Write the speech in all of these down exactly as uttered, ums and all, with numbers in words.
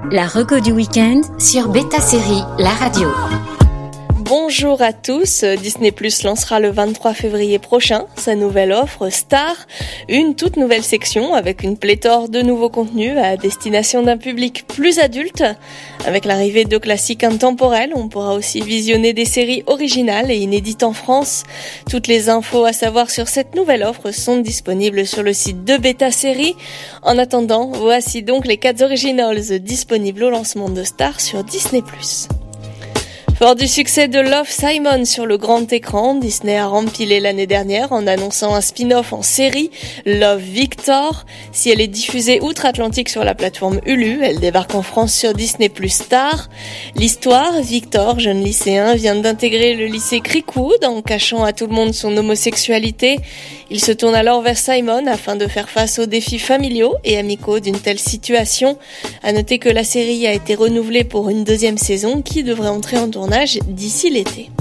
La reco du week-end sur Beta Série, la radio. Bonjour à tous, Disney Plus lancera le vingt-trois février prochain sa nouvelle offre Star, une toute nouvelle section avec une pléthore de nouveaux contenus à destination d'un public plus adulte. Avec l'arrivée de classiques intemporels, on pourra aussi visionner des séries originales et inédites en France. Toutes les infos à savoir sur cette nouvelle offre sont disponibles sur le site de Beta Série. En attendant, voici donc les quatre originals disponibles au lancement de Star sur Disney Plus. Fort du succès de Love, Simon sur le grand écran, Disney a rempilé l'année dernière en annonçant un spin-off en série, Love, Victor. Si elle est diffusée outre-Atlantique sur la plateforme Hulu, elle débarque en France sur Disney Plus Star. L'histoire, Victor, jeune lycéen, vient d'intégrer le lycée Creekwood en cachant à tout le monde son homosexualité. Il se tourne alors vers Simon afin de faire face aux défis familiaux et amicaux d'une telle situation. À noter que la série a été renouvelée pour une deuxième saison qui devrait entrer en tournage d'ici l'été.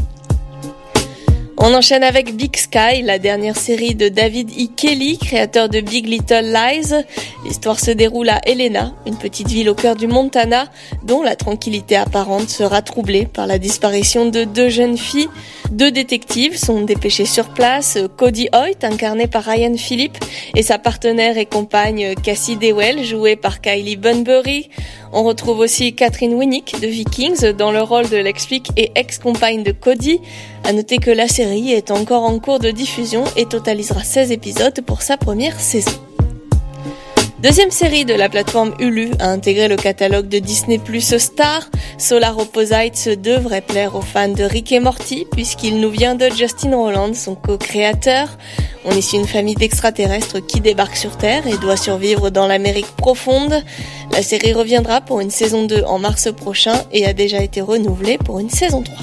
On enchaîne avec Big Sky, la dernière série de David E. Kelley, créateur de Big Little Lies. L'histoire se déroule à Helena, une petite ville au cœur du Montana, dont la tranquillité apparente sera troublée par la disparition de deux jeunes filles. Deux détectives sont dépêchés sur place, Cody Hoyt, incarné par Ryan Phillippe, et sa partenaire et compagne Cassie Dewell, jouée par Kylie Bunbury. On retrouve aussi Catherine Winnick de Vikings dans le rôle de l'ex-flic et ex-compagne de Cody. À noter que la série est encore en cours de diffusion et totalisera seize épisodes pour sa première saison. Deuxième série de la plateforme Hulu a intégré le catalogue de Disney Plus Star. Solar Opposites devrait plaire aux fans de Rick et Morty puisqu'il nous vient de Justin Roiland, son co-créateur. On y suit une famille d'extraterrestres qui débarque sur Terre et doit survivre dans l'Amérique profonde. La série reviendra pour une saison deux en mars prochain et a déjà été renouvelée pour une saison trois.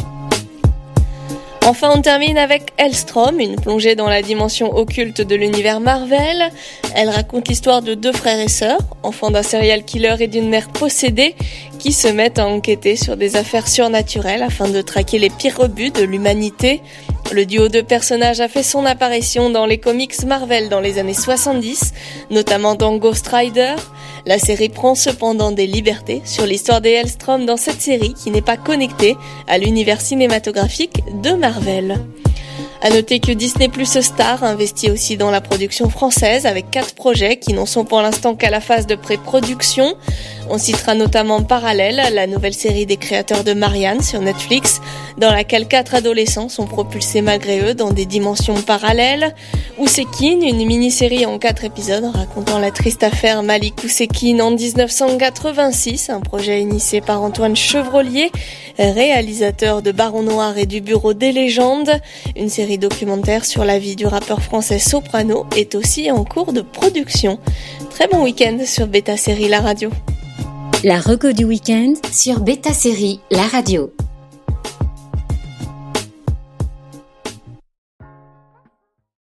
Enfin, on termine avec Helstrom, une plongée dans la dimension occulte de l'univers Marvel. Elle raconte l'histoire de deux frères et sœurs, enfants d'un serial killer et d'une mère possédée, qui se mettent à enquêter sur des affaires surnaturelles afin de traquer les pires rebuts de l'humanité. Le duo de personnages a fait son apparition dans les comics Marvel dans les années soixante-dix, notamment dans Ghost Rider. La série prend cependant des libertés sur l'histoire des Helstrom dans cette série qui n'est pas connectée à l'univers cinématographique de Marvel. À noter que Disney Plus Star investit aussi dans la production française avec quatre projets qui n'en sont pour l'instant qu'à la phase de pré-production. On citera notamment Parallèle, la nouvelle série des créateurs de Marianne sur Netflix, dans laquelle quatre adolescents sont propulsés malgré eux dans des dimensions parallèles. Ousekine, une mini-série en quatre épisodes racontant la triste affaire Malik Ousekine en dix-neuf cent quatre-vingt-six, un projet initié par Antoine Chevrollier, réalisateur de Baron Noir et du Bureau des légendes. Une série documentaire sur la vie du rappeur français Soprano est aussi en cours de production. Très bon week-end sur Beta Série, la radio. La reco du week-end sur Beta Série, la radio.